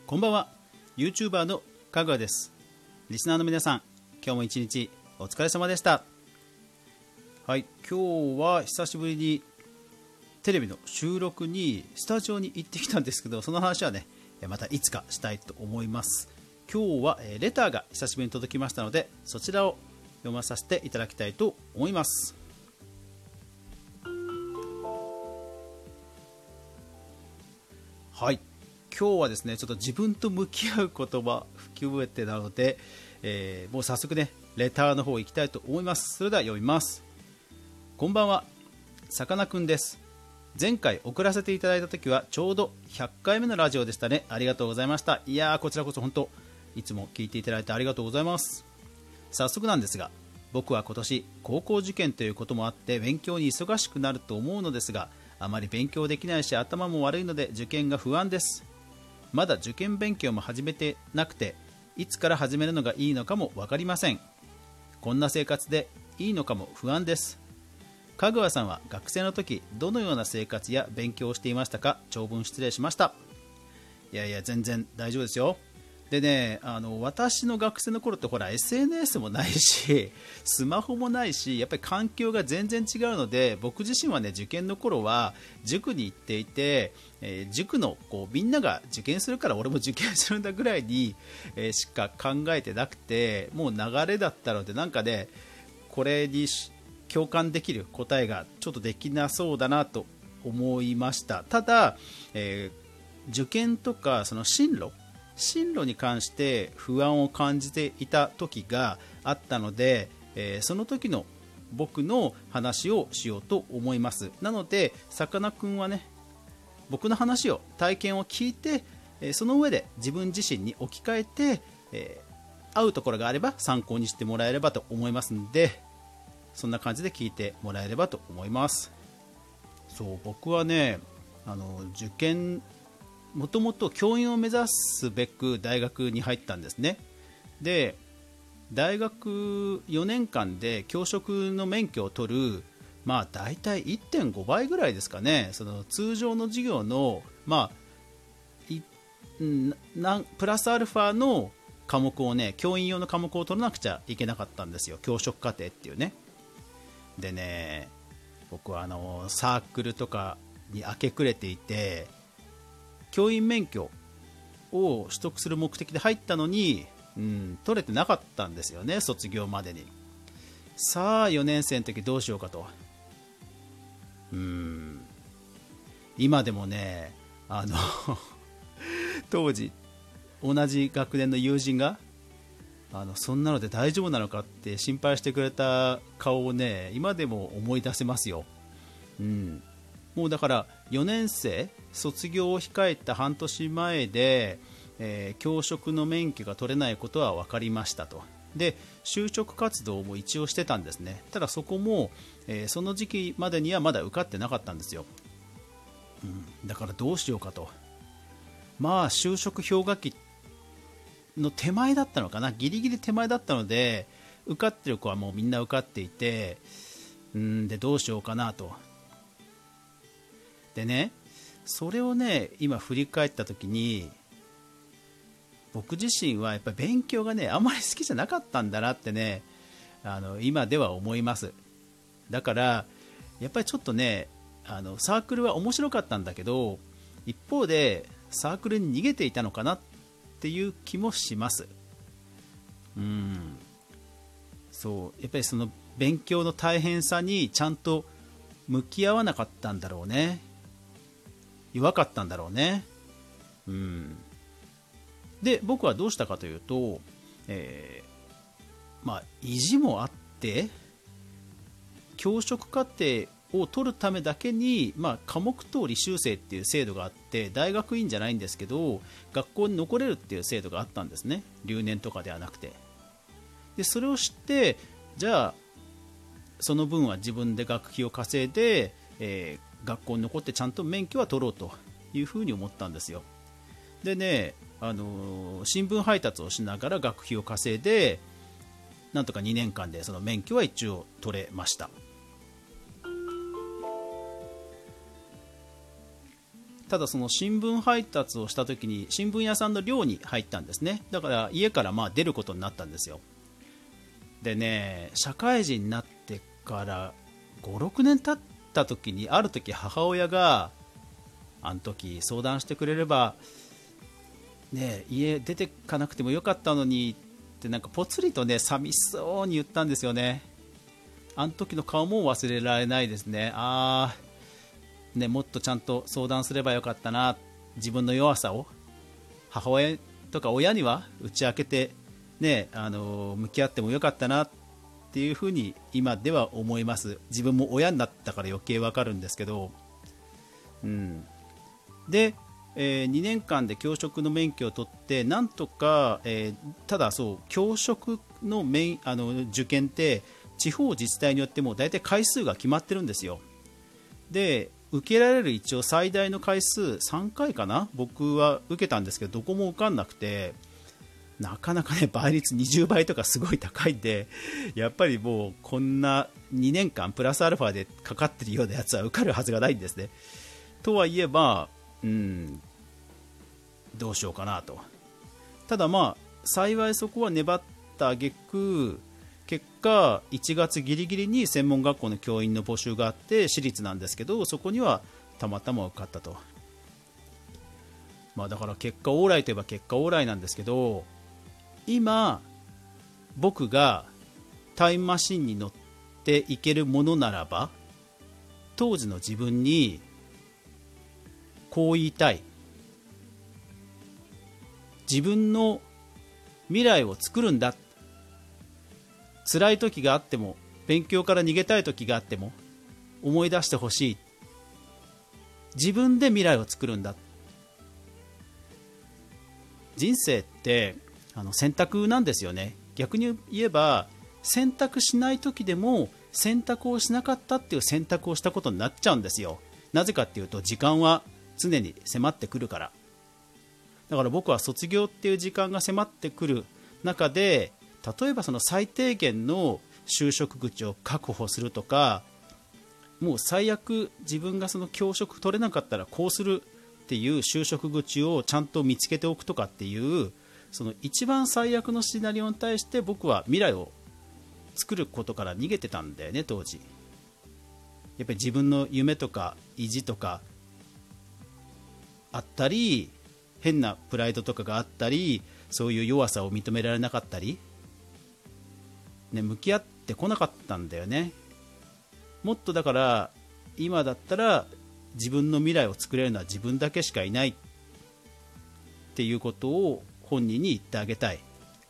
こんばんは。 YouTuber のかぐわです。リスナーの皆さん、今日も一日お疲れ様でした。はい、今日は久しぶりにテレビの収録にスタジオに行ってきたんですけど、その話はねまたいつかしたいと思います。今日はレターが久しぶりに届きましたので、そちらを読まさせていただきたいと思います。はい、今日はですね、ちょっと自分と向き合う言葉含めてなので、もう早速ねレターの方行きたいと思います。それでは読みます。こんばんは、さかなクンです。前回送らせていただいた時はちょうど100回目のラジオでしたね。ありがとうございました。いやー、こちらこそ本当いつも聞いていただいてありがとうございます。早速なんですが、僕は今年高校受験ということもあって勉強に忙しくなると思うのですが、あまり勉強できないし頭も悪いので受験が不安です。まだ受験勉強も始めてなくて、いつから始めるのがいいのかも分かりません。こんな生活でいいのかも不安です。かぐわさんは学生の時どのような生活や勉強をしていましたか？長文失礼しました。いやいや、全然大丈夫ですよ。でね、私の学生の頃ってほら SNS もないしスマホもないし、やっぱり環境が全然違うので、僕自身はね受験の頃は塾に行っていて、塾のみんなが受験するから俺も受験するんだぐらいに、しか考えてなくて、もう流れだったので、なんかねこれに共感できる答えがちょっとできなそうだなと思いました。ただ、受験とかその進路に関して不安を感じていた時があったので、その時の僕の話をしようと思います。なのでさかなクンはね、僕の話を体験を聞いて、その上で自分自身に置き換えて、合うところがあれば参考にしてもらえればと思いますので、そんな感じで聞いてもらえればと思います。そう、僕はね受験もともと教員を目指すべく大学に入ったんですね。で、大学4年間で教職の免許を取る、まあ大体 1.5 倍ぐらいですかね、その通常の授業の、プラスアルファの科目をね、教員用の科目を取らなくちゃいけなかったんですよ、教職課程っていうね。でね、僕はサークルとかに明け暮れていて、教員免許を取得する目的で入ったのに、取れてなかったんですよね、卒業までに。さあ4年生の時どうしようかと。今でもね当時同じ学年の友人がそんなので大丈夫なのかって心配してくれた顔をね、今でも思い出せますよ。もうだから4年生卒業を控えた半年前で、教職の免許が取れないことは分かりましたと。で、就職活動も一応してたんですね。ただそこも、その時期までにはまだ受かってなかったんですよ。だからどうしようかと。まあ就職氷河期の手前だったのかな、ギリギリ手前だったので、受かってる子はもうみんな受かっていて、でどうしようかなと。でね、それをね今振り返った時に、僕自身はやっぱり勉強がねあんまり好きじゃなかったんだなってね、今では思います。だからやっぱりちょっとねサークルは面白かったんだけど、一方でサークルに逃げていたのかなっていう気もします。そうやっぱりその勉強の大変さにちゃんと向き合わなかったんだろうね。弱かったんだろうね。で、僕はどうしたかというと、意地もあって教職課程を取るためだけに、科目等履修生っていう制度があって、大学院じゃないんですけど学校に残れるっていう制度があったんですね、留年とかではなくて。でそれを知って、じゃあその分は自分で学費を稼いで、学校に残ってちゃんと免許は取ろうというふうに思ったんですよ。でね、新聞配達をしながら学費を稼いで、なんとか2年間でその免許は一応取れました。 ただその新聞配達をした時に新聞屋さんの寮に入ったんですね。だから家からまあ出ることになったんですよ。でね、社会人になってから5、6年経った時に、ある時母親が、あの時相談してくれればね、家出てかなくてもよかったのにってなんかぽつりとね寂しそうに言ったんですよね。あの時の顔も忘れられないですね。ね、もっとちゃんと相談すればよかったな、自分の弱さを母親とか親には打ち明けて、ね、向き合ってもよかったなっていうふうに今では思います。自分も親になったから余計わかるんですけど、で、2年間で教職の免許を取ってなんとか、ただそう教職の受験って地方自治体によっても大体回数が決まってるんですよ。で受けられる一応最大の回数3回かな、僕は受けたんですけどどこも受かんなくて、なかなかね倍率20倍とかすごい高いんで、やっぱりもうこんな2年間プラスアルファでかかってるようなやつは受かるはずがないんですね。とはいえば、どうしようかなと。ただまあ幸いそこは粘った挙句、結果1月ギリギリに専門学校の教員の募集があって私立なんですけど、そこにはたまたま受かったと。だから結果オーライといえば結果オーライなんですけど、今僕がタイムマシンに乗っていけるものならば、当時の自分にこう言いたい。自分の未来を作るんだ。辛い時があっても、勉強から逃げたい時があっても思い出してほしい。自分で未来を作るんだ。人生って選択なんですよね。逆に言えば選択しない時でも選択をしなかったっていう選択をしたことになっちゃうんですよ。なぜかっていうと時間は常に迫ってくるから。だから僕は卒業っていう時間が迫ってくる中で、例えばその最低限の就職口を確保するとか、もう最悪自分がその教職取れなかったらこうするっていう就職口をちゃんと見つけておくとかっていう、その一番最悪のシナリオに対して僕は未来を作ることから逃げてたんだよね、当時。やっぱり自分の夢とか意地とかあったり、変なプライドとかがあったり、そういう弱さを認められなかったり、向き合ってこなかったんだよね。もっとだから今だったら自分の未来を作れるのは自分だけしかいないっていうことを本人に言ってあげたい。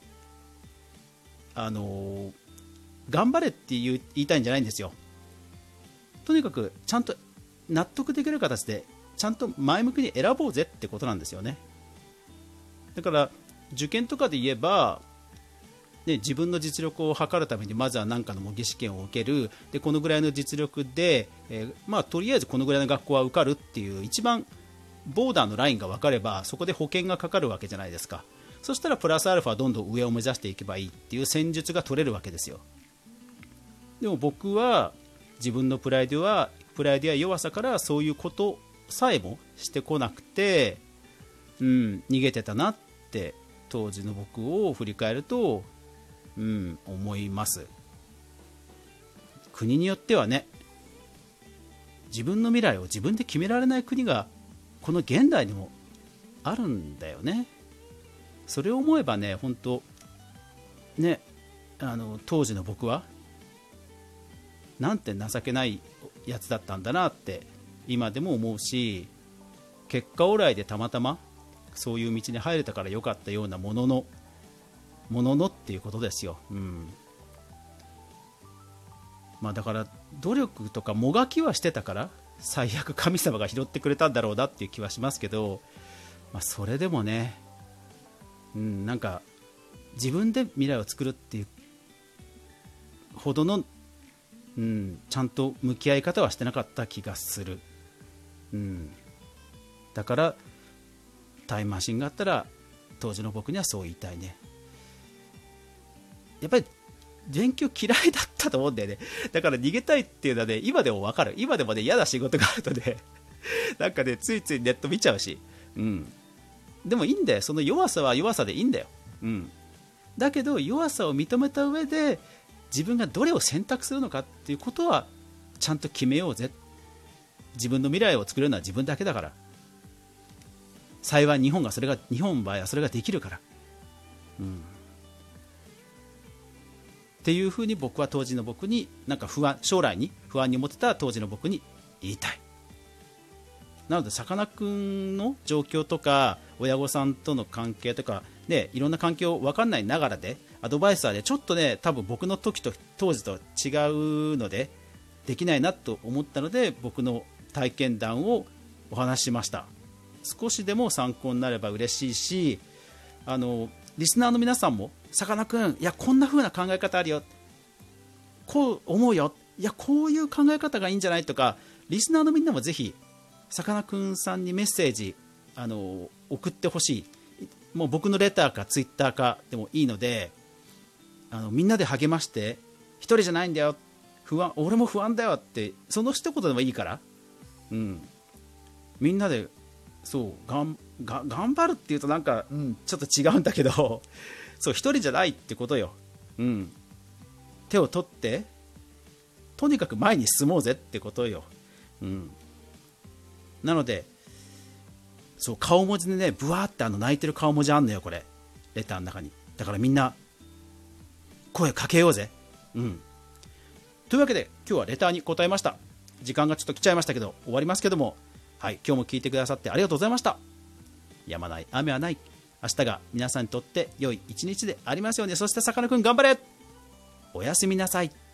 頑張れって言いたいんじゃないんですよ。とにかくちゃんと納得できる形でちゃんと前向きに選ぼうぜってことなんですよね。だから受験とかで言えば、自分の実力を測るためにまずは何かの模擬試験を受ける。でこのぐらいの実力で、とりあえずこのぐらいの学校は受かるっていう一番ボーダーのラインが分かれば、そこで保険がかかるわけじゃないですか。そしたらプラスアルファどんどん上を目指していけばいいっていう戦術が取れるわけですよ。でも僕は自分のプライドや弱さからそういうことさえもしてこなくて、逃げてたなって当時の僕を振り返ると思います。国によってはね、自分の未来を自分で決められない国がこの現代にもあるんだよね。それを思えばね、本当ね、当時の僕はなんて情けないやつだったんだなって今でも思うし、結果オーライでたまたまそういう道に入れたから良かったようなもののっていうことですよ。だから努力とかもがきはしてたから最悪神様が拾ってくれたんだろうなっていう気はしますけど、それでもね、なんか自分で未来を作るっていうほどの、ちゃんと向き合い方はしてなかった気がする。だからタイムマシンがあったら当時の僕にはそう言いたいね。やっぱり勉強嫌いだったと思うんだよね。だから逃げたいっていうのはね、今でも分かる。今でもね、嫌な仕事があるとねなんかね、ついついネット見ちゃうし、でもいいんだよ、その弱さは弱さでいいんだよ、だけど弱さを認めた上で自分がどれを選択するのかっていうことはちゃんと決めようぜ。自分の未来を作れるのは自分だけだから。幸い日本の場合はそれができるから、っていうふうに僕は当時の僕になんか将来に不安に思ってた当時の僕に言いたい。なのでさかなクンの状況とか親御さんとの関係とか、ね、いろんな環境分かんないながらでアドバイスはねちょっとね多分僕の時と当時と違うのでできないなと思ったので、僕の体験談をお話ししました。少しでも参考になれば嬉しいし、リスナーの皆さんもさかなクン、いやこんな風な考え方あるよ、こう思うよ、いやこういう考え方がいいんじゃないとか、リスナーのみんなもぜひさかなクンさんにメッセージ送ってほしい。もう僕のレターかツイッターかでもいいので、みんなで励まして、一人じゃないんだよ、俺も不安だよって、その一言でもいいから、みんなでそう頑張るっていうとなんか、ちょっと違うんだけどそう一人じゃないってことよ、手を取ってとにかく前に進もうぜってことよ、なのでそう顔文字でねブワーって泣いてる顔文字あんのよ、これレターの中に。だからみんな声かけようぜ。というわけで今日はレターに答えました。時間がちょっと来ちゃいましたけど終わりますけども、はい、今日も聞いてくださってありがとうございました。止まない雨はない。明日が皆さんにとって良い一日でありますように。そしてさかなクン頑張れ。おやすみなさい。